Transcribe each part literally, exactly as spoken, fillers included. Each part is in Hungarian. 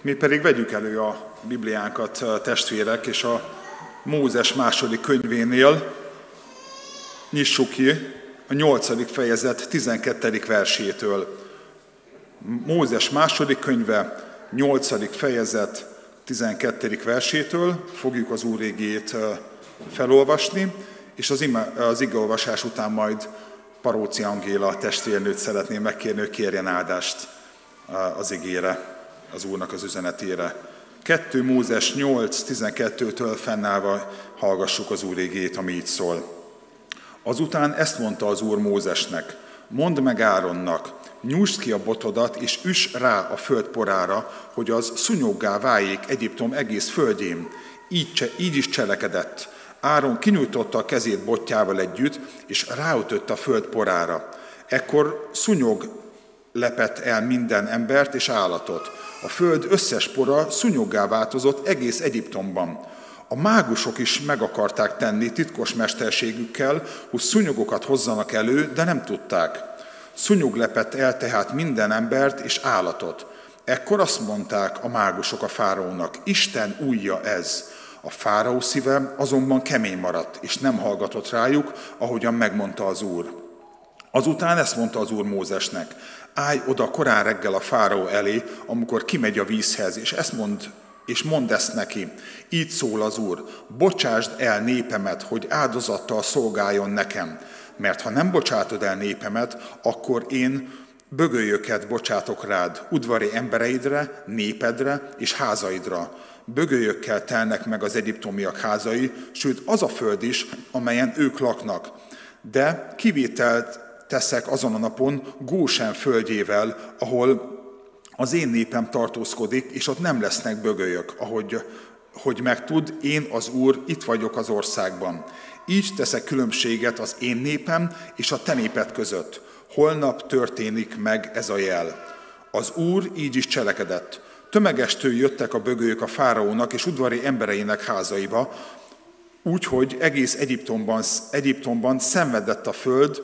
Mi pedig vegyük elő a Bibliánkat, testvérek, és a Mózes második könyvénél nyissuk ki a nyolcadik fejezet tizenkettedik versétől. Mózes második könyve, nyolcadik fejezet tizenkettedik versétől fogjuk az Úr igét felolvasni, és az, ima, az igeolvasás után majd Paróci Angéla testvérnőt szeretném megkérni, hogy kérjen áldást az igére, az Úrnak az üzenetére. kettő Mózes nyolc tizenkettőtől fennállva hallgassuk az Úr igét, ami így szól. Azután ezt mondta az Úr Mózesnek: mondd meg Áronnak, nyújtsd ki a botodat, és üss rá a föld porára, hogy az szúnyoggá váljék Egyiptom egész földjén. Így, cse, így is cselekedett. Áron kinyújtotta a kezét botjával együtt, és ráütött a föld porára. Ekkor szúnyog lepett el minden embert és állatot. A föld összes pora szúnyoggá változott egész Egyiptomban. A mágusok is meg akarták tenni titkos mesterségükkel, hogy szúnyogokat hozzanak elő, de nem tudták. Szúnyog lepett el tehát minden embert és állatot. Ekkor azt mondták a mágusok a fáraónak: Isten ujja ez. A fáraó szíve azonban kemény maradt, és nem hallgatott rájuk, ahogyan megmondta az Úr. Azután ezt mondta az Úr Mózesnek: állj oda korán reggel a fáraó elé, amikor kimegy a vízhez, és ezt mond, és mondd ezt neki. Így szól az Úr: bocsásd el népemet, hogy áldozattal szolgáljon nekem, mert ha nem bocsátod el népemet, akkor én bögölyöket bocsátok rád, udvari embereidre, népedre és házaidra. Bögölyökkel telnek meg az egyiptomiak házai, sőt az a föld is, amelyen ők laknak. De kivételt teszek azon a napon Gósen földjével, ahol az én népem tartózkodik, és ott nem lesznek bögölyök, ahogy hogy megtud, én az Úr itt vagyok az országban. Így teszek különbséget az én népem és a te néped között. Holnap történik meg ez a jel. Az Úr így is cselekedett. Tömegestől jöttek a bögölyök a fáraónak és udvari embereinek házaiba, úgyhogy egész Egyiptomban, Egyiptomban szenvedett a föld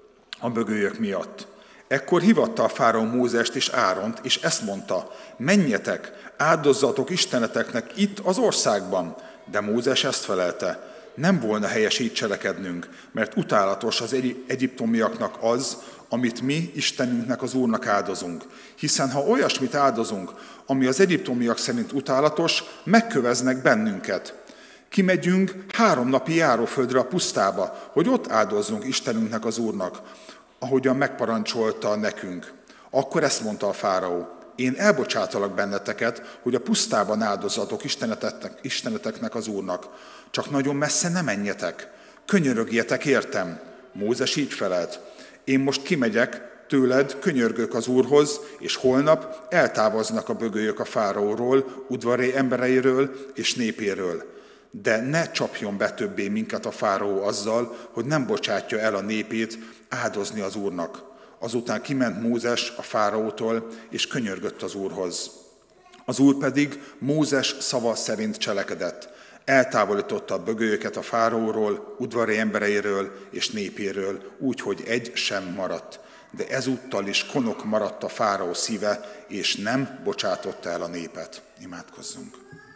a bögölyök miatt. Ekkor hívatta a fáraó Mózest és Áront, és ezt mondta: menjetek, áldozzatok isteneteknek itt az országban. De Mózes ezt felelte: nem volna helyes így cselekednünk, mert utálatos az egy- egyiptomiaknak az, amit mi Istenünknek, az Úrnak áldozunk. Hiszen ha olyasmit áldozunk, ami az egyiptomiak szerint utálatos, megköveznek bennünket. Kimegyünk három napi járóföldre a pusztába, hogy ott áldozzunk Istenünknek, az Úrnak, ahogyan megparancsolta nekünk. Akkor ezt mondta a fáraó: én elbocsátalak benneteket, hogy a pusztában áldozatok isteneteknek, isteneteknek az Úrnak. Csak nagyon messze ne menjetek, könyörögjetek értem. Mózes így felelt: én most kimegyek tőled, könyörgök az Úrhoz, és holnap eltávoznak a bögölyök a fáraóról, udvari embereiről és népéről. De ne csapjon be többé minket a fáraó azzal, hogy nem bocsátja el a népét áldozni az Úrnak. Azután kiment Mózes a fáraótól, és könyörgött az Úrhoz. Az Úr pedig Mózes szava szerint cselekedett. Eltávolította a bögölyöket a fáraóról, udvari embereiről és népéről, úgy, hogy egy sem maradt. De ezúttal is konok maradt a fáraó szíve, és nem bocsátotta el a népet. Imádkozzunk.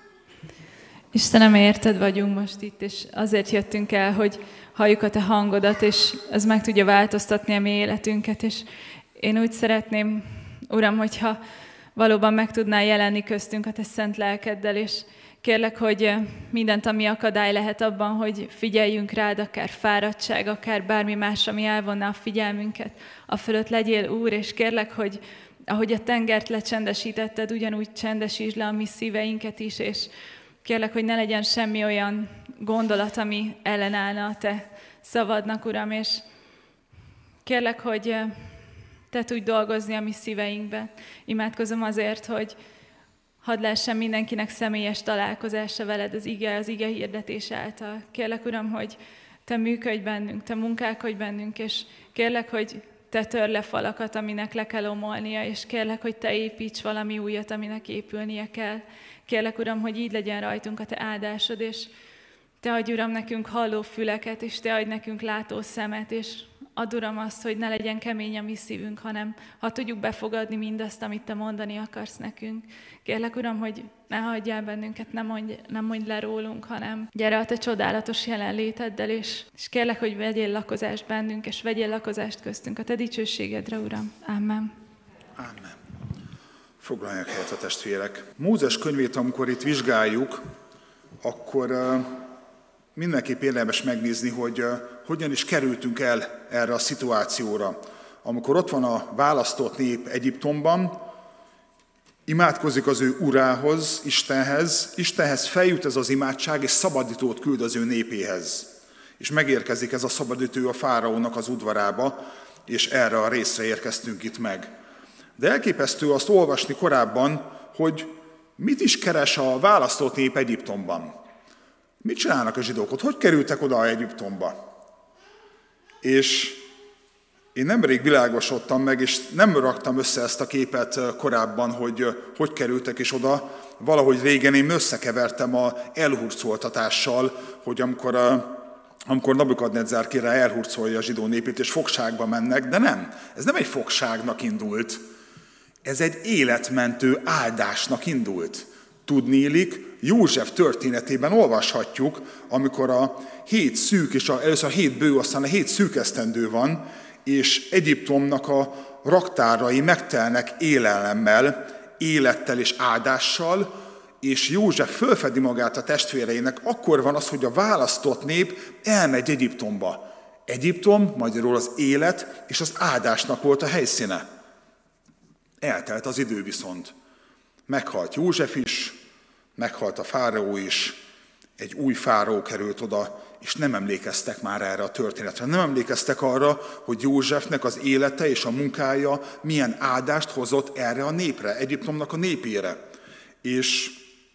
Istenem, érted vagyunk most itt, és azért jöttünk el, hogy halljuk a te hangodat, és ez meg tudja változtatni a mi életünket. És én úgy szeretném, Uram, hogyha valóban meg tudnál jelenni köztünk a te szent lelkeddel, és kérlek, hogy mindent, ami akadály lehet abban, hogy figyeljünk rád, akár fáradtság, akár bármi más, ami elvonná a figyelmünket, a fölött legyél, Úr, és kérlek, hogy ahogy a tengert lecsendesítetted, ugyanúgy csendesítsd le a mi szíveinket is, és kérlek, hogy ne legyen semmi olyan gondolat, ami ellenállna a te szavadnak, Uram, és kérlek, hogy te tudj dolgozni a mi szíveinkben. Imádkozom azért, hogy hadd lehessen mindenkinek személyes találkozása veled az ige, az ige hirdetés által. Kérlek, Uram, hogy te működj bennünk, te munkálkodj bennünk, és kérlek, hogy te törd le falakat, aminek le kell omolnia, és kérlek, hogy te építs valami újat, aminek épülnie kell. Kérlek, Uram, hogy így legyen rajtunk a te áldásod, és Te adj, Uram, nekünk halló füleket, és Te adj nekünk látó szemet, és add, Uram, azt, hogy ne legyen kemény a mi szívünk, hanem ha tudjuk befogadni mindazt, amit Te mondani akarsz nekünk. Kérlek, Uram, hogy ne hagyjál bennünket, ne mondj, nem mondj le rólunk, hanem gyere a Te csodálatos jelenléteddel, és, és kérlek, hogy vegyél lakozást bennünk, és vegyél lakozást köztünk a Te dicsőségedre, Uram. Amen. Amen. Foglalják helyet a testvérek. Mózes könyvét, amikor itt vizsgáljuk, akkor uh, mindenképp érdemes megnézni, hogy uh, hogyan is kerültünk el erre a szituációra. Amikor ott van a választott nép Egyiptomban, imádkozik az ő urához, Istenhez, Istenhez feljut ez az imádság, és szabadítót küld az ő népéhez. És megérkezik ez a szabadító a fáraónak az udvarába, és erre a részre érkeztünk itt meg. De elképesztő azt olvasni korábban, hogy mit is keres a választott nép Egyiptomban. Mit csinálnak a zsidók ott? Hogy kerültek oda Egyiptomba? És én nemrég világosodtam meg, és nem raktam össze ezt a képet korábban, hogy hogy kerültek is oda. Valahogy régen én összekevertem a elhurcoltatással, hogy amikor, a, amikor Nabukadnezár király elhurcolja a zsidó népét, és fogságba mennek, de nem. Ez nem egy fogságnak indult. Ez egy életmentő áldásnak indult. Tudniillik, József történetében olvashatjuk, amikor a hét szűk, és a, először a hét bő, aztán a hét szűk esztendő van, és Egyiptomnak a raktárai megtelnek élelemmel, élettel és áldással, és József fölfedi magát a testvéreinek, akkor van az, hogy a választott nép elmegy Egyiptomba. Egyiptom, magyarul az élet és az áldásnak volt a helyszíne. Eltelt az idő viszont. Meghalt József is, meghalt a fáraó is, egy új fáraó került oda, és nem emlékeztek már erre a történetre. Nem emlékeztek arra, hogy Józsefnek az élete és a munkája milyen áldást hozott erre a népre, Egyiptomnak a népére. És,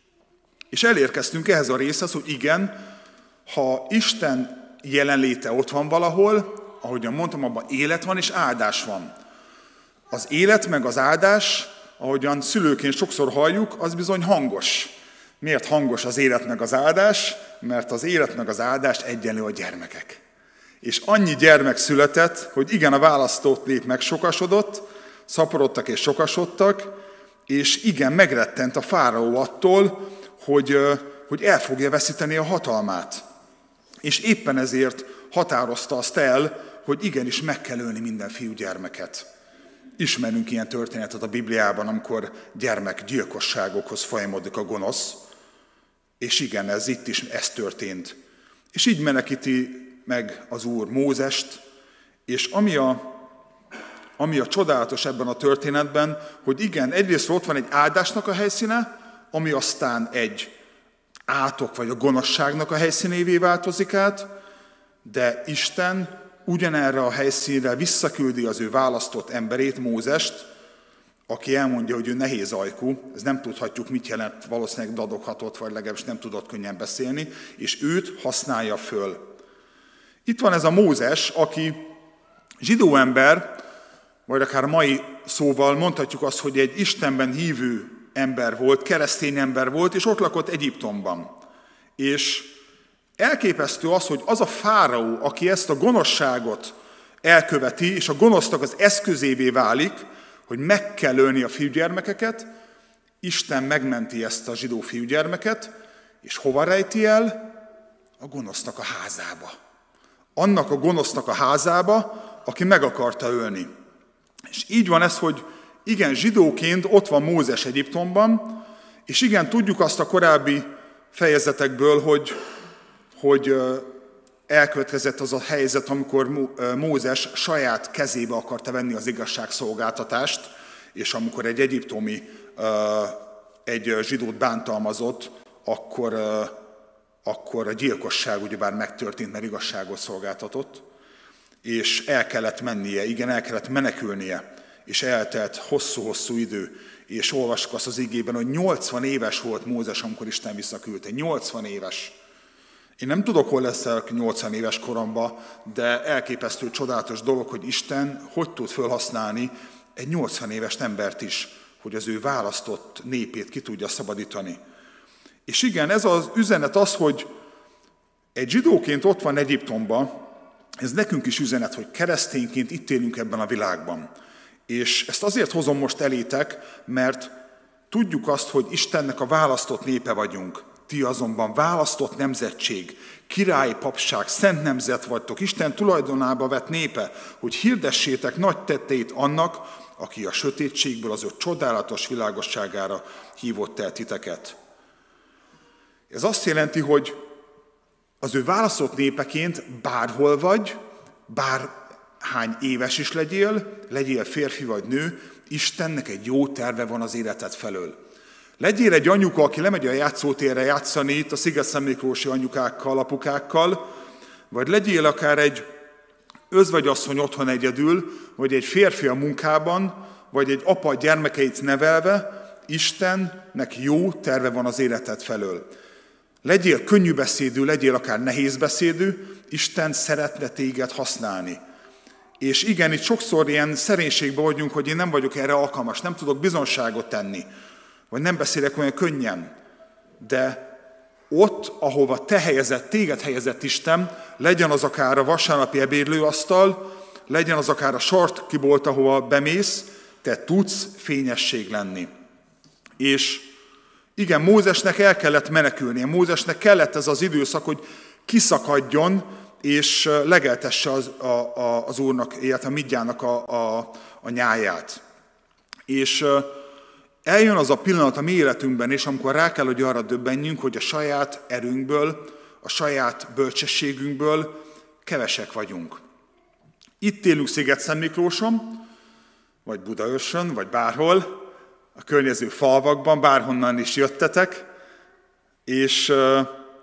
és elérkeztünk ehhez a részhez, hogy igen, ha Isten jelenléte ott van valahol, ahogyan mondtam, abban élet van és áldás van. Az élet meg az áldás, ahogyan szülőként sokszor halljuk, az bizony hangos. Miért hangos az élet meg az áldás? Mert az élet meg az áldás egyenlő a gyermekek. És annyi gyermek született, hogy igen, a választott nép megsokasodott, szaporodtak és sokasodtak, és igen, megrettent a fáraó attól, hogy, hogy el fogja veszíteni a hatalmát. És éppen ezért határozta azt el, hogy igenis meg kell ölni minden fiúgyermeket. Ismerünk ilyen történetet a Bibliában, amikor gyermekgyilkosságokhoz folyamodik a gonosz, és igen, ez itt is ez történt. És így menekíti meg az Úr Mózest, és ami a, ami a csodálatos ebben a történetben, hogy igen, egyrészt ott van egy áldásnak a helyszíne, ami aztán egy átok vagy a gonoszságnak a helyszínévé változik át, de Isten ugyanerre a helyszínre visszaküldi az ő választott emberét, Mózest, aki elmondja, hogy ő nehéz ajkú, ez nem tudhatjuk, mit jelent, valószínűleg dadoghatott, vagy legalábbis nem tudott könnyen beszélni, és őt használja föl. Itt van ez a Mózes, aki zsidó ember, vagy akár mai szóval mondhatjuk azt, hogy egy Istenben hívő ember volt, keresztény ember volt, és ott lakott Egyiptomban. És elképesztő az, hogy az a fáraó, aki ezt a gonoszságot elköveti, és a gonosznak az eszközévé válik, hogy meg kell ölni a fiúgyermekeket, Isten megmenti ezt a zsidó fiúgyermeket, és hova rejti el? A gonosznak a házába. Annak a gonosznak a házába, aki meg akarta ölni. És így van ez, hogy igen, zsidóként ott van Mózes Egyiptomban, és igen, tudjuk azt a korábbi fejezetekből, hogy, hogy elkövetkezett az a helyzet, amikor Mózes saját kezébe akarta venni az igazságszolgáltatást, és amikor egy egyiptomi, egy zsidót bántalmazott, akkor, akkor a gyilkosság ugyebár megtörtént, mert igazságot szolgáltatott, és el kellett mennie, igen, el kellett menekülnie, és eltelt hosszú-hosszú idő, és olvassuk azt az igében, hogy nyolcvan éves volt Mózes, amikor Isten visszaküldte. nyolcvan éves. Én nem tudok, hol leszek nyolcvan éves koromban, de elképesztő, csodálatos dolog, hogy Isten hogy tud felhasználni egy nyolcvan éves embert is, hogy az ő választott népét ki tudja szabadítani. És igen, ez az üzenet az, hogy Egy zsidóként ott van Egyiptomban, ez nekünk is üzenet, hogy keresztényként itt élünk ebben a világban. És ezt azért hozom most elétek, mert tudjuk azt, hogy Istennek a választott népe vagyunk. Ti azonban választott nemzetség, királyi papság, szent nemzet vagytok, Isten tulajdonába vett népe, hogy hirdessétek nagy tetteit annak, aki a sötétségből az ő csodálatos világosságára hívott el titeket. Ez azt jelenti, hogy az ő választott népeként bárhol vagy, bárhány éves is legyél, legyél férfi vagy nő, Istennek egy jó terve van az életed felől. Legyél egy anyuka, aki lemegy a játszótérre játszani itt a Sziget-Szentmiklósi anyukákkal, apukákkal, vagy legyél akár egy özvegyasszony otthon egyedül, vagy egy férfi a munkában, vagy egy apa gyermekeit nevelve, Istennek jó terve van az életed felől. Legyél könnyű beszédű, legyél akár nehéz beszédű, Isten szeretne téged használni. És igen, itt sokszor ilyen szerénységben vagyunk, hogy én nem vagyok erre alkalmas, nem tudok bizonságot tenni, vagy nem beszélek olyan könnyen. De ott, ahova te helyezett, téged helyezett Isten, legyen az akár a vasárnapi ebédlőasztal, legyen az akár a sarkibolt, ahova bemész, te tudsz fényesség lenni. És igen, Mózesnek el kellett menekülnie, Mózesnek kellett ez az időszak, hogy kiszakadjon, és legeltesse az, a, a, az Úrnak, illetve Midjánnak a, a, a nyáját. És eljön az a pillanat a mi életünkben is, amikor rá kell, hogy arra döbbenjünk, hogy a saját erőnkből, a saját bölcsességünkből kevesek vagyunk. Itt élünk Sziget-Szentmiklóson, vagy Budaörsön, vagy bárhol, a környező falvakban, bárhonnan is jöttetek, és uh,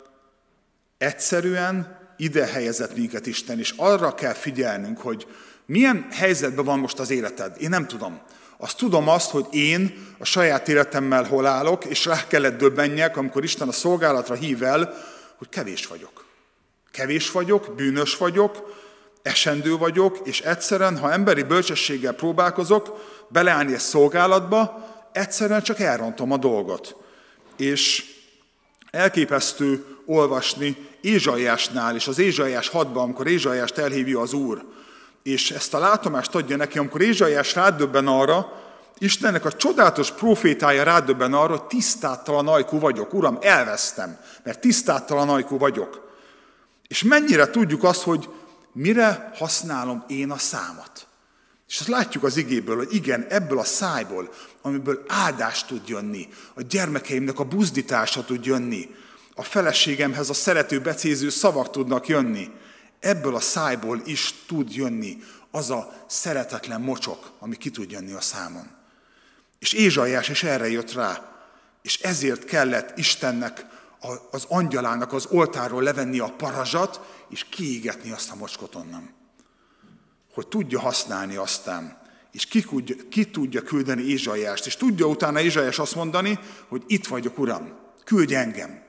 egyszerűen ide helyezett minket Isten, és arra kell figyelnünk, hogy milyen helyzetben van most az életed. Én nem tudom. Azt tudom azt, hogy én a saját életemmel hol állok, és rá kellett döbbenjek, amikor Isten a szolgálatra hív el, hogy kevés vagyok. Kevés vagyok, bűnös vagyok, esendő vagyok, és egyszerűen, ha emberi bölcsességgel próbálkozok beleállni egy szolgálatba, egyszerűen csak elrontom a dolgot. És elképesztő olvasni Ézsaiásnál, és az Ézsaiás hatban, amikor Ézsaiást elhívja az Úr, és ezt a látomást adja neki, amikor Ézsaiás rádöbben arra, Istennek a csodálatos profétája rádöbben arra, hogy tisztátalan ajkú vagyok. Uram, elvesztem, mert tisztátalan ajkú vagyok. És mennyire tudjuk azt, hogy mire használom én a számat. És azt látjuk az igéből, hogy igen, ebből a szájból, amiből áldás tud jönni, a gyermekeimnek a buzdítása tud jönni, a feleségemhez a szerető, becéző szavak tudnak jönni, ebből a szájból is tud jönni az a szeretetlen mocsok, ami ki tud jönni a számon. És Ézsaiás is erre jött rá, és ezért kellett Istennek, az angyalának az oltárról levenni a parazsat, és kiégetni azt a mocskot onnan. Hogy tudja használni aztán, és ki, ki tudja küldeni Ézsaiást, és tudja utána Ézsaiás azt mondani, hogy itt vagyok, Uram, küldj engem.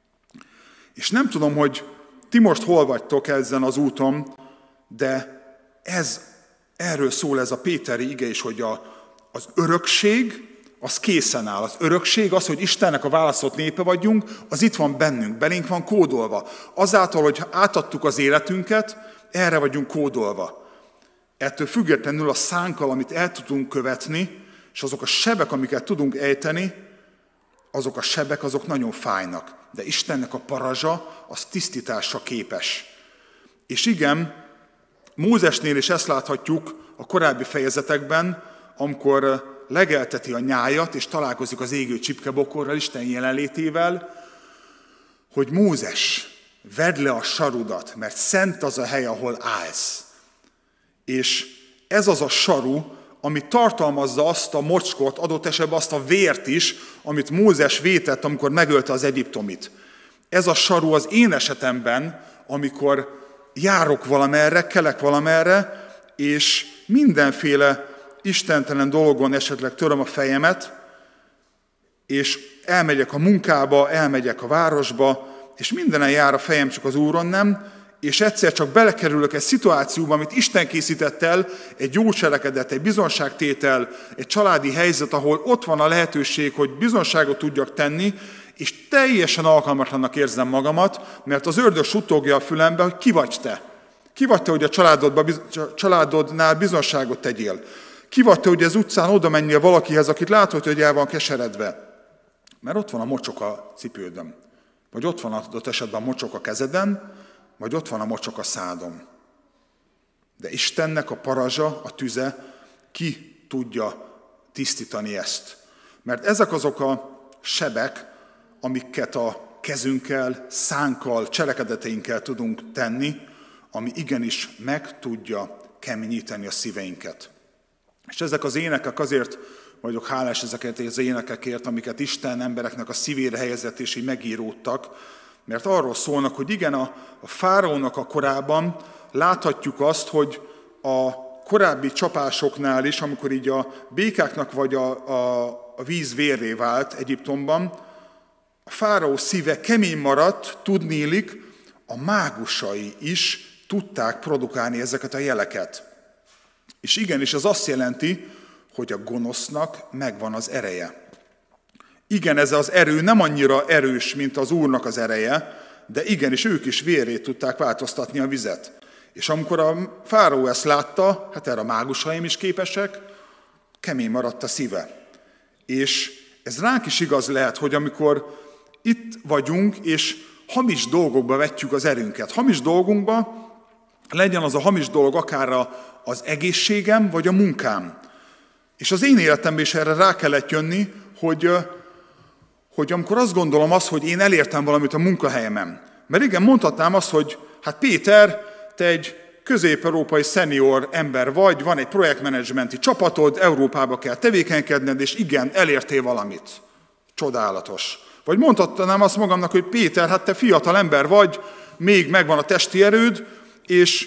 És nem tudom, hogy ti most hol vagytok ezen az úton, de ez, erről szól ez a péteri ige is, hogy a, az örökség, az készen áll. Az örökség az, hogy Istennek a választott népe vagyunk, az itt van bennünk, belénk van kódolva. Azáltal, hogy átadtuk az életünket, erre vagyunk kódolva. Ettől függetlenül a szánkkal, amit el tudunk követni, és azok a sebek, amiket tudunk ejteni, azok a sebek, azok nagyon fájnak. De Istennek a parazsa, az tisztításra képes. És igen, Mózesnél is ezt láthatjuk a korábbi fejezetekben, amikor legelteti a nyájat, és találkozik az égő csipkebokorral, Isten jelenlétével, hogy Mózes, vedd le a sarudat, mert szent az a hely, ahol állsz. És ez az a saru, ami tartalmazza azt a mocskot, adott esetben azt a vért is, amit Mózes vétett, amikor megölte az egyiptomit. Ez a saru az én esetemben, amikor járok valamerre, kelek valamerre, és mindenféle istentelen dolgon esetleg töröm a fejemet, és elmegyek a munkába, elmegyek a városba, és mindenen jár a fejem, csak az Úron nem, és egyszer csak belekerülök egy szituációba, amit Isten készített el, egy jó cselekedet, egy bizonságtétel, egy családi helyzet, ahol ott van a lehetőség, hogy bizonságot tudjak tenni, És teljesen alkalmatlannak érzem magamat, mert az ördög suttogja a fülembe, hogy ki vagy te. Ki vagy te, hogy a családodnál bizonságot tegyél. Ki vagy te, hogy az utcán oda menjél valakihez, akit látod, hogy el van keseredve. Mert ott van a mocsok a cipődön. Vagy ott van adott esetben a mocsok a kezeden, vagy ott van a mocsok a szádon. De Istennek a parazsa, a tüze ki tudja tisztítani ezt. Mert ezek azok a sebek, amiket a kezünkkel, szánkkal, cselekedeteinkkel tudunk tenni, ami igenis meg tudja keményíteni a szíveinket. És ezek az énekek azért vagyok hálás ezeket az énekekért, amiket Isten embereknek a szívére helyezett és így megíródtak, mert arról szólnak, hogy igen, a, a fáraónak a korában láthatjuk azt, hogy a korábbi csapásoknál is, amikor így a békáknak vagy a, a, a víz vérré vált Egyiptomban, a fáraó szíve kemény maradt, tudnélik, a mágusai is tudták produkálni ezeket a jeleket. És igenis, ez azt jelenti, hogy a gonosznak megvan az ereje. Igen, ez az erő nem annyira erős, mint az Úrnak az ereje, de igenis ők is vérrét tudták változtatni a vizet. És amikor a fáraó ezt látta, hát erre a mágusaim is képesek, kemény maradt a szíve. És ez ránk is igaz lehet, hogy amikor itt vagyunk, és hamis dolgokba vetjük az erőnket. Hamis dolgunkba, legyen az a hamis dolog akár az egészségem, vagy a munkám. És az én életemben is erre rá kellett jönni, hogy, hogy amikor azt gondolom azt, hogy én elértem valamit a munkahelyemen. Mert igen, mondhatnám azt, hogy hát Péter, te egy közép-európai szenior ember vagy, van egy projektmenedzsmenti csapatod, Európába kell tevékenykedned, és igen, elértél valamit. Csodálatos. Vagy mondhatnám azt magamnak, hogy Péter, hát te fiatal ember vagy, még megvan a testi erőd, és,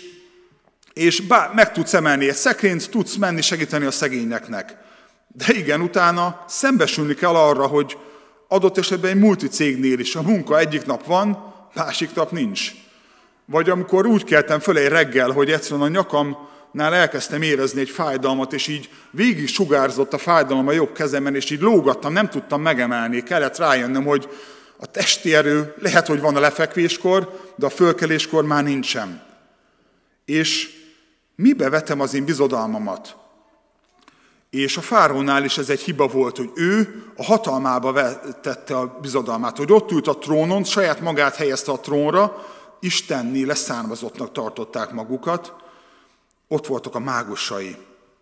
és bár meg tudsz emelni egy szekrényt, tudsz menni segíteni a szegényeknek. De igen, utána szembesülni kell arra, hogy adott esetben egy multicégnél is a munka egyik nap van, másik nap nincs. Vagy amikor úgy keltem föl egy reggel, hogy egyszerűen a nyakamnál elkezdtem érezni egy fájdalmat, és így végig sugárzott a fájdalom a jobb kezemen, és így lógattam, nem tudtam megemelni. Kellett rájönnöm, hogy a testi erő lehet, hogy van a lefekvéskor, de a fölkeléskor már nincsen. És mibe vetem az én bizodalmamat? És a fáraónál is ez egy hiba volt, hogy ő a hatalmába vetette a bizodalmát, hogy ott ült a trónon, saját magát helyezte a trónra, istenné leszármazottnak tartották magukat, ott voltak a mágusai.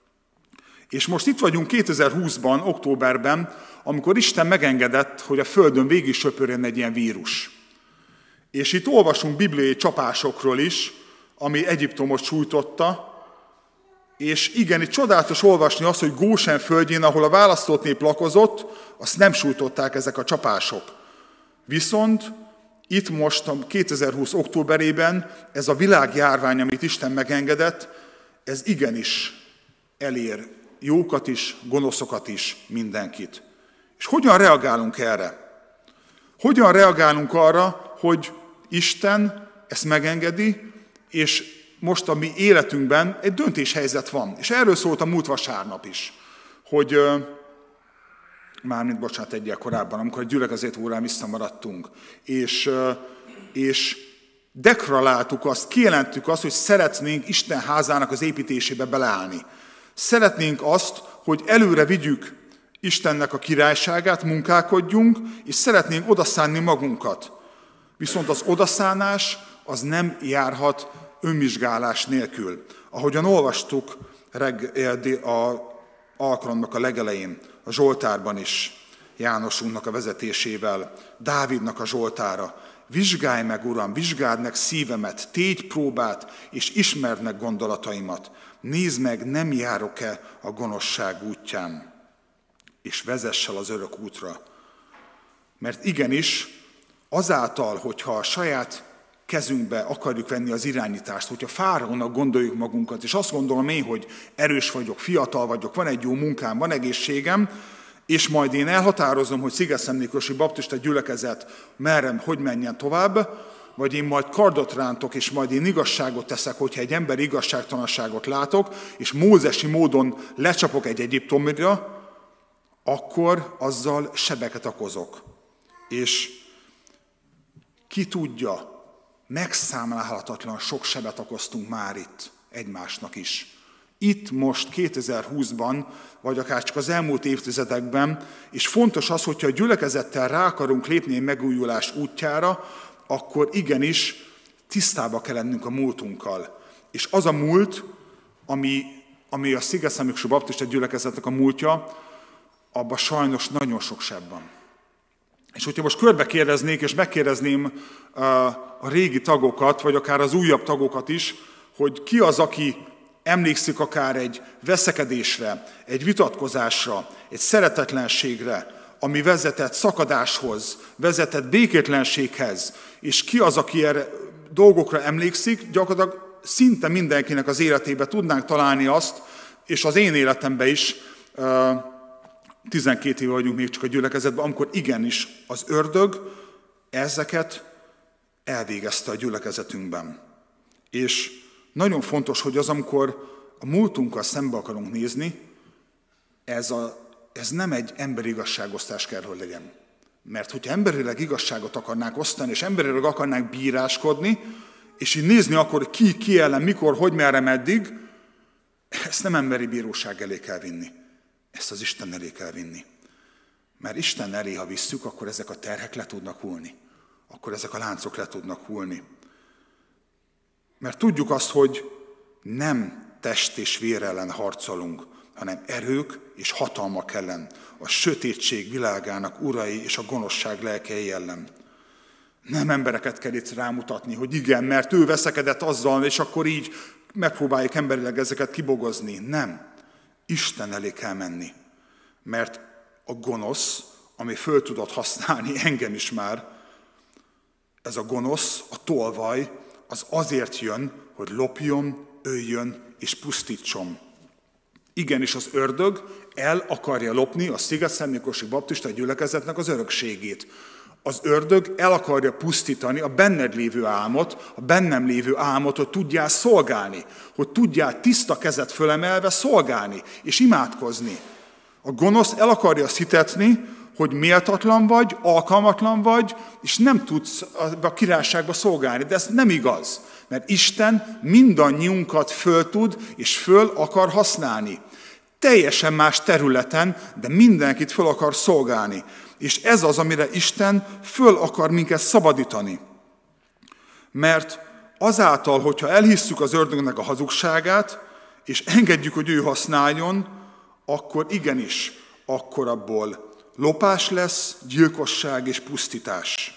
És most itt vagyunk kétezer-húszban, októberben, amikor Isten megengedett, hogy a Földön végig söpörjön egy ilyen vírus. És itt olvasunk bibliai csapásokról is, ami Egyiptomot sújtotta, és igen, itt csodálatos olvasni azt, hogy Gósen földjén, ahol a választott nép lakozott, azt nem sújtották ezek a csapások. Viszont itt most a kétezer-húsz októberében ez a világjárvány, amit Isten megengedett, ez igenis elér jókat is, gonoszokat is, mindenkit. És hogyan reagálunk erre? Hogyan reagálunk arra, hogy Isten ezt megengedi, és most a mi életünkben egy döntéshelyzet van. És erről szólt a múlt vasárnap is, hogy mármint, bocsánat, egyel korábban, amikor a gyülekezet órán visszamaradtunk, és, és deklaráltuk azt, kijelentük azt, hogy szeretnénk Isten házának az építésébe beleállni. Szeretnénk azt, hogy előre vigyük Istennek a királyságát, munkálkodjunk, és szeretnénk odaszánni magunkat. Viszont az odaszánás az nem járhat önvizsgálás nélkül. Ahogyan olvastuk a alkalomnak a legelején, a Zsoltárban is, Jánosunknak a vezetésével, Dávidnak a Zsoltára. Vizsgálj meg, Uram, vizsgáld meg szívemet, tégy próbát, és ismerd meg gondolataimat. Nézd meg, nem járok-e a gonoszság útján, és vezess el az örök útra. Mert igenis, azáltal, hogyha a saját kezünkbe akarjuk venni az irányítást, hogyha fáraónak gondoljuk magunkat, és azt gondolom én, hogy erős vagyok, fiatal vagyok, van egy jó munkám, van egészségem, és majd én elhatározom, hogy Szigetszentmiklósi Baptista gyülekezet merre, hogy menjen tovább, vagy én majd kardot rántok, és majd én igazságot teszek, hogyha egy ember igazságtalanságot látok, és mózesi módon lecsapok egy egyiptomira, akkor azzal sebeket okozok. És ki tudja, megszámlálhatatlan sok sebet okoztunk már itt egymásnak is. Itt most kétezer-húszban, vagy akár csak az elmúlt évtizedekben, és fontos az, hogyha a gyülekezettel rá akarunk lépni egy megújulás útjára, akkor igenis tisztába kell lennünk a múltunkkal. És az a múlt, ami, ami a Szigetszámjukosú Baptista gyülekezetnek a múltja, abban sajnos nagyon sok seb van. És hogyha most körbe kérdeznék, és megkérdezném a régi tagokat, vagy akár az újabb tagokat is, hogy ki az, aki emlékszik akár egy veszekedésre, egy vitatkozásra, egy szeretetlenségre, ami vezetett szakadáshoz, vezetett békétlenséghez, és ki az, aki erre dolgokra emlékszik, gyakorlatilag szinte mindenkinek az életében tudnánk találni azt, és az én életemben is, tizenkét éve vagyunk még csak a gyülekezetben, amikor igenis az ördög ezeket elvégezte a gyülekezetünkben. És nagyon fontos, hogy az, amikor a múltunkkal szembe akarunk nézni, ez, a, ez nem egy emberi igazságosztás kell, hogy legyen. Mert hogyha emberileg igazságot akarnánk osztani, és emberileg akarnánk bíráskodni, és így nézni akkor, hogy ki, ki ellen, mikor, hogy, merre, meddig, ezt nem emberi bíróság elé kell vinni. Ezt az Isten elé kell vinni. Mert Isten elé, ha visszük, akkor ezek a terhek le tudnak hullni. Akkor ezek a láncok le tudnak hullni. Mert tudjuk azt, hogy nem test és vér ellen harcolunk, hanem erők és hatalmak ellen, a sötétség világának urai és a gonoszság lelkei ellen. Nem embereket kell itt rámutatni, hogy igen, mert ő veszekedett azzal, és akkor így megpróbáljuk emberileg ezeket kibogozni. Nem. Isten elé kell menni. Mert a gonosz, ami föl tudod használni engem is már, ez a gonosz, a tolvaj, az azért jön, hogy lopjon, öljön és pusztítson. Igenis az ördög el akarja lopni a Szigetszámjukosú Baptista gyülekezetnek az örökségét. Az ördög el akarja pusztítani a benned lévő álmot, a bennem lévő álmot, hogy tudjál szolgálni, hogy tudjál tiszta kezet fölemelve szolgálni és imádkozni. A gonosz el akarja azt hitetni, hogy méltatlan vagy, alkalmatlan vagy, és nem tudsz a királyságba szolgálni. De ez nem igaz, mert Isten mindannyiunkat föl tud és föl akar használni. Teljesen más területen, de mindenkit föl akar szolgálni. És ez az, amire Isten föl akar minket szabadítani. Mert azáltal, hogyha elhisszük az ördögnek a hazugságát, és engedjük, hogy ő használjon, akkor igenis, akkor abból lopás lesz, gyilkosság és pusztítás.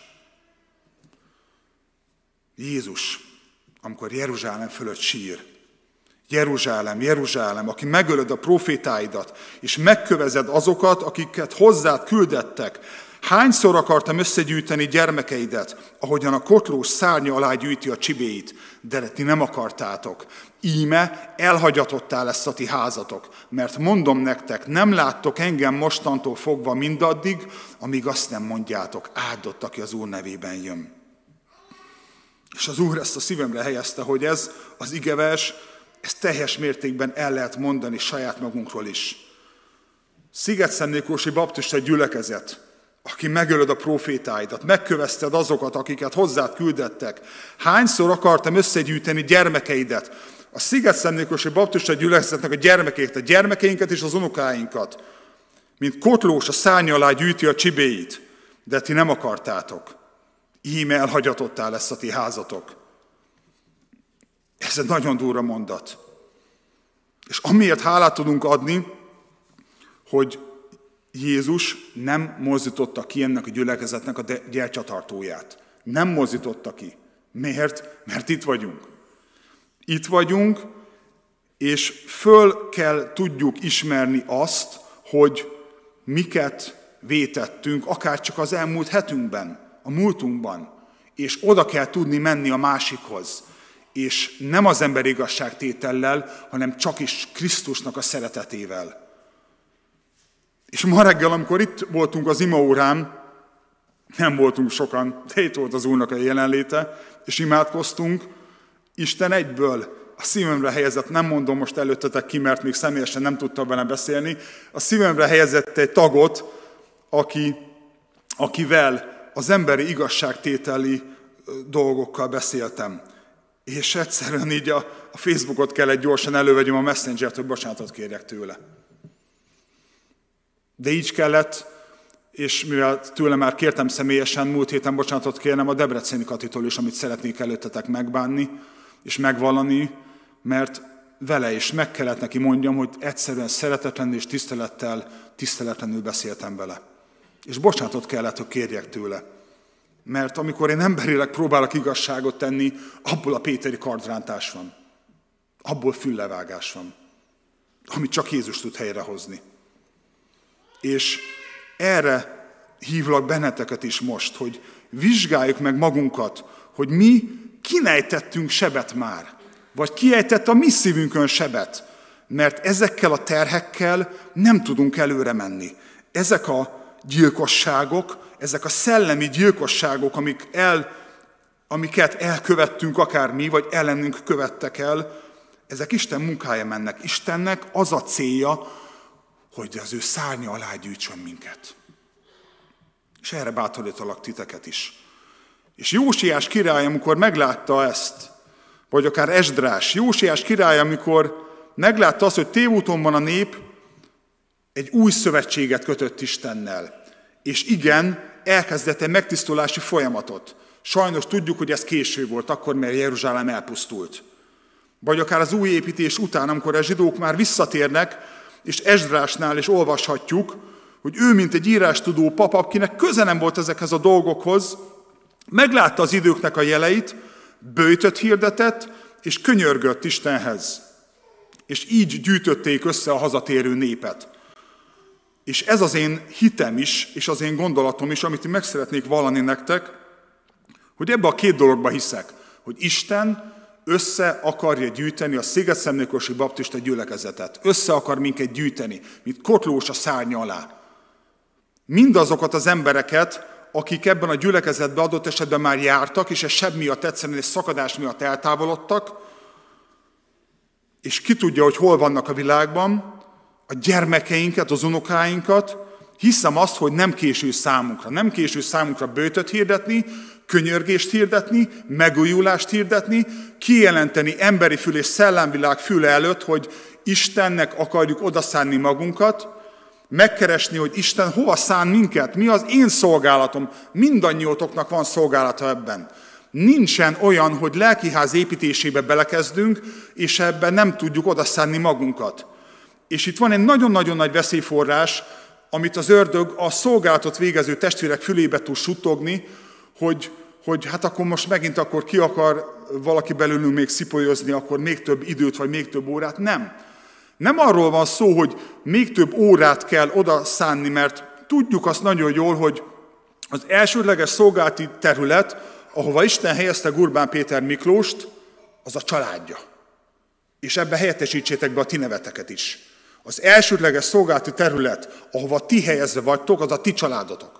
Jézus, amikor Jeruzsálem fölött sír, Jeruzsálem, Jeruzsálem, aki megölöd a profétáidat, és megkövezed azokat, akiket hozzád küldettek. Hányszor akartam összegyűjteni gyermekeidet, ahogyan a kotlós szárnya alá gyűjti a csibéit, de ti nem akartátok. Íme elhagyatottá lesz a ti házatok, mert mondom nektek, nem láttok engem mostantól fogva mindaddig, amíg azt nem mondjátok, áldott, aki az Úr nevében jön. És az Úr ezt a szívemre helyezte, hogy ez az igevers, ezt teljes mértékben el lehet mondani saját magunkról is. Szigetszámjukosú Baptista gyülekezet, aki megölöd a profétáidat, megkövezted azokat, akiket hozzád küldettek. Hányszor akartam összegyűjteni gyermekeidet? A Szigetszámjukosú Baptista gyülekezetnek a gyermekét, a gyermekeinket és az unokáinkat, mint kotlós a szárnya alá gyűjti a csibéit, de ti nem akartátok. Íme elhagyatottá lesz a ti házatok. Ez egy nagyon durva mondat. És amiért hálát tudunk adni, hogy Jézus nem mozdította ki ennek a gyülekezetnek a gyertyatartóját. Nem mozdította ki. Miért? Mert itt vagyunk. Itt vagyunk, és föl kell tudjuk ismerni azt, hogy miket vétettünk, akár csak az elmúlt hetünkben, a múltunkban. És oda kell tudni menni a másikhoz. És nem az ember igazságtétellel, hanem csak is Krisztusnak a szeretetével. És ma reggel, amikor itt voltunk az imaórán, nem voltunk sokan, de itt volt az Úrnak a jelenléte, és imádkoztunk, Isten egyből a szívemre helyezett, nem mondom most előttetek ki, mert még személyesen nem tudtam vele beszélni, a szívemre helyezett egy tagot, aki, akivel az emberi igazságtételi dolgokkal beszéltem. És egyszerűen így a, a Facebookot kellett gyorsan elővegyem a Messengert, hogy bocsánatot kérjek tőle. De így kellett, és mivel tőle már kértem személyesen, múlt héten bocsánatot kérnem a Debreceni Katitól is, amit szeretnék előttetek megbánni, és megvallani, mert vele is meg kellett neki mondjam, hogy egyszerűen szeretetlenül és tisztelettel, tiszteletlenül beszéltem vele. És bocsánatot kellett, hogy kérjek tőle. Mert amikor én emberileg próbálok igazságot tenni, abból a péteri kardrántás van. Abból füllevágás van. Amit csak Jézus tud helyrehozni. És erre hívlak benneteket is most, hogy vizsgáljuk meg magunkat, hogy mi kinejtettünk sebet már. Vagy kiejtett a mi szívünkön sebet. Mert ezekkel a terhekkel nem tudunk előre menni. Ezek a gyilkosságok, ezek a szellemi gyilkosságok, amik el, amiket elkövettünk akár mi, vagy ellenünk követtek el, ezek Isten munkája mennek. Istennek az a célja, hogy az ő szárnya alá gyűjtsön minket. És erre bátorítalak titeket is. És Jósiás király, amikor meglátta ezt, vagy akár Esdrás, Jósiás király, amikor meglátta azt, hogy tévúton van a nép, egy új szövetséget kötött Istennel. És igen, elkezdett egy megtisztulási folyamatot. Sajnos tudjuk, hogy ez késő volt, akkor, mert Jeruzsálem elpusztult. Vagy akár az új építés után, amikor a zsidók már visszatérnek, és Esdrásnál is olvashatjuk, hogy ő, mint egy írástudó pap, akinek köze nem volt ezekhez a dolgokhoz, meglátta az időknek a jeleit, böjtöt hirdetett, és könyörgött Istenhez. És így gyűjtötték össze a hazatérő népet. És ez az én hitem is, és az én gondolatom is, amit én meg szeretnék vallani nektek, hogy ebbe a két dologba hiszek, hogy Isten össze akarja gyűjteni a Szigetszemlőkosi baptista gyülekezetet. Össze akar minket gyűjteni, mint kotlós a szárnya alá. Mindazokat az embereket, akik ebben a gyülekezetben adott esetben már jártak, és ez sebb miatt egyszerűen egy szakadás miatt eltávolodtak, és ki tudja, hogy hol vannak a világban, a gyermekeinket, az unokáinkat, hiszem azt, hogy nem késő számunkra. Nem késő számunkra böjtöt hirdetni, könyörgést hirdetni, megújulást hirdetni, kijelenteni emberi fül és szellemvilág füle előtt, hogy Istennek akarjuk odaszánni magunkat, megkeresni, hogy Isten hova szán minket, mi az én szolgálatom, mindannyiótoknak van szolgálata ebben. Nincsen olyan, hogy lelkiház építésébe belekezdünk, és ebben nem tudjuk odaszánni magunkat. És itt van egy nagyon-nagyon nagy veszélyforrás, amit az ördög a szolgálatot végező testvérek fülébe tud suttogni, hogy, hogy hát akkor most megint akkor ki akar valaki belőlünk még szipolyozni, akkor még több időt, vagy még több órát. Nem. Nem arról van szó, hogy még több órát kell oda szánni, mert tudjuk azt nagyon jól, hogy az elsődleges szolgálati terület, ahova Isten helyezte Gurbán Péter Miklóst, az a családja. És ebbe helyettesítsétek be a ti neveteket is. Az elsődleges szolgálati terület, ahova ti helyezve vagytok, az a ti családotok.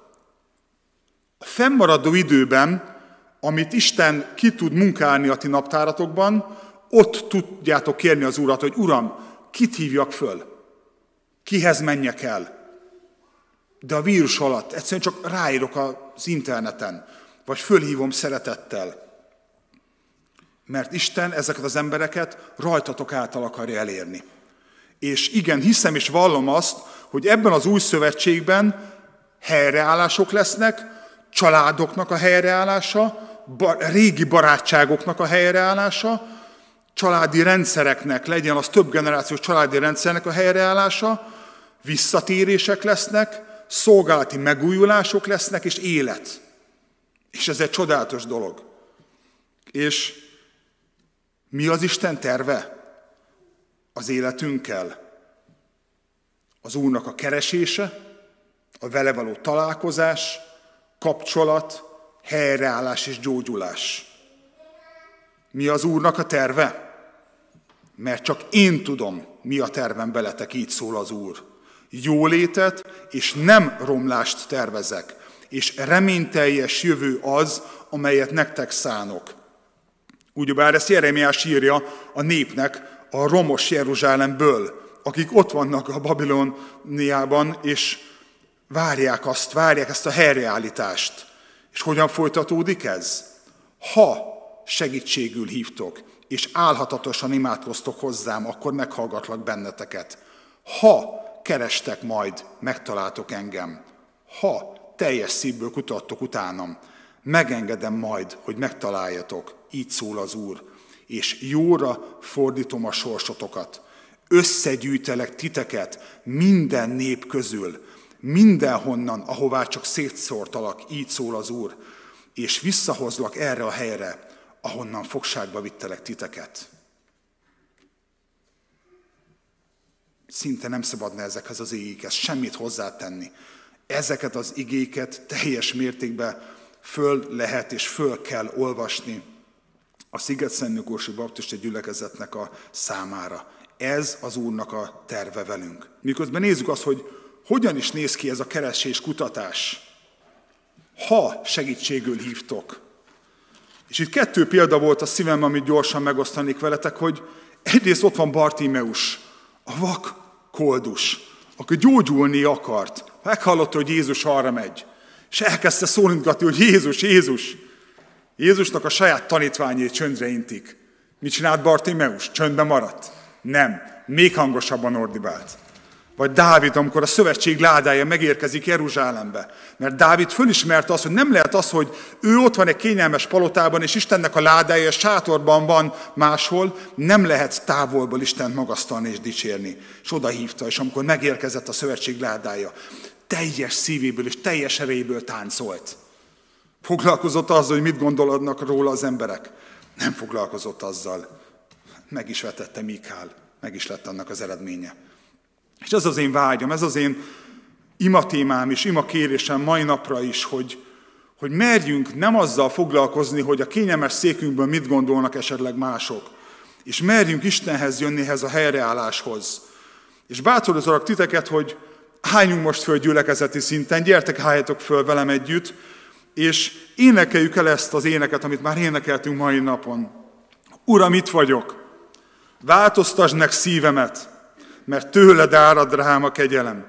A fennmaradó időben, amit Isten ki tud munkálni a ti naptáratokban, ott tudjátok kérni az Urat, hogy Uram, kit hívjak föl? Kihez menjek el? De a vírus alatt egyszerűen csak ráírok az interneten, vagy fölhívom szeretettel. Mert Isten ezeket az embereket rajtatok által akarja elérni. És igen, hiszem és vallom azt, hogy ebben az új szövetségben helyreállások lesznek, családoknak a helyreállása, bar- régi barátságoknak a helyreállása, családi rendszereknek, legyen az több generációs családi rendszernek a helyreállása, visszatérések lesznek, szolgálati megújulások lesznek, és élet. És ez egy csodálatos dolog. És mi az Isten terve az életünkkel? Az Úrnak a keresése, a vele való találkozás, kapcsolat, helyreállás és gyógyulás. Mi az Úrnak a terve? Mert csak én tudom, mi a tervem veletek, így szól az Úr. Jólétet és nem romlást tervezek, és reményteljes jövő az, amelyet nektek szánok. Ugyebár ezt Jeremiás írja a népnek a romos Jeruzsálemből, akik ott vannak a Babiloniában, és várják azt, várják ezt a helyreállítást. És hogyan folytatódik ez? Ha segítségül hívtok, és álhatatosan imádkoztok hozzám, akkor meghallgatlak benneteket. Ha kerestek majd, megtaláltok engem. Ha teljes szívből kutattok utánam, megengedem majd, hogy megtaláljatok. Így szól az Úr. És jóra fordítom a sorsotokat. Összegyűjtelek titeket minden nép közül, mindenhonnan, ahová csak szétszórtalak, így szól az Úr, és visszahozlak erre a helyre, ahonnan fogságba vittelek titeket. Szinte nem szabadna ezekhez az igékhez semmit hozzátenni. Ezeket az igéket teljes mértékben föl lehet és föl kell olvasni a Sziget-Szentmiklósi Baptista gyülekezetnek a számára. Ez az Úrnak a terve velünk. Miközben nézzük azt, hogy hogyan is néz ki ez a keresés kutatás. Ha segítségül hívtok. És itt kettő példa volt a szívem, amit gyorsan megosztanék veletek, hogy egyrészt ott van Bartimeus, a vak koldus, aki gyógyulni akart. Meghallotta, hogy Jézus arra megy, és elkezdte szólintgatni, hogy Jézus, Jézus. Jézusnak a saját tanítványai csöndre intik. Mit csinált Bartimeus? Csöndben maradt? Nem. Még hangosabban ordibált. Vagy Dávid, amikor a szövetség ládája megérkezik Jeruzsálembe. Mert Dávid fölismerte azt, hogy nem lehet az, hogy ő ott van egy kényelmes palotában, és Istennek a ládája sátorban van máshol, nem lehet távolból Istent magasztalni és dicsérni. És oda hívta, és amikor megérkezett a szövetség ládája, teljes szívéből és teljes erejéből táncolt. Foglalkozott azzal, hogy mit gondolodnak róla az emberek? Nem foglalkozott azzal. Meg is vetette Mikál, meg is lett annak az eredménye. És ez az én vágyam, ez az én imatémám és imakérésem mai napra is, hogy, hogy merjünk nem azzal foglalkozni, hogy a kényelmes székünkből mit gondolnak esetleg mások, és merjünk Istenhez jönni, ehhez a helyreálláshoz. És bátorozolok titeket, hogy álljunk most föl gyülekezeti szinten, gyertek, álljatok föl velem együtt, és énekeljük el ezt az éneket, amit már énekeltünk mai napon. Uram, itt vagyok, változtasd meg szívemet, mert tőled árad rám a kegyelem.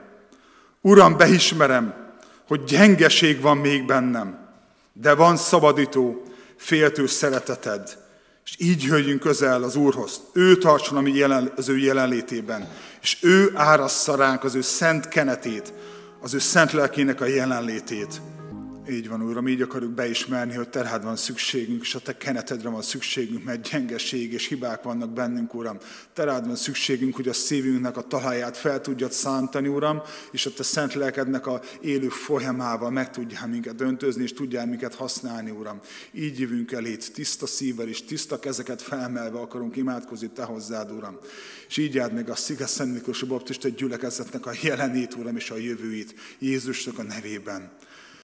Uram, beismerem, hogy gyengeség van még bennem, de van szabadító, féltő szereteted, és így jöjjünk közel az Úrhoz. Ő tartson a mi jelen, az ő jelenlétében, és ő árassza ránk az ő szent kenetét, az ő szent lelkének a jelenlétét. Így van, Uram, így akarjuk beismerni, hogy te rád van szükségünk, és a te kenetedre van szükségünk, mert gyengeség és hibák vannak bennünk, Uram. Te rád van szükségünk, hogy a szívünknek a talaját fel tudjad szántani, Uram, és a te szent lelkednek a élő folyamával meg tudjál minket döntözni, és tudjál minket használni, Uram. Így jövünk elét, tiszta szívvel és tiszta kezeket felmelve akarunk imádkozni te hozzád, Uram. És így áld meg a Sziget-Szentmiklósi Baptista gyülekezetnek a jelenét, Uram, és a jövőit Jézusnak a nevében.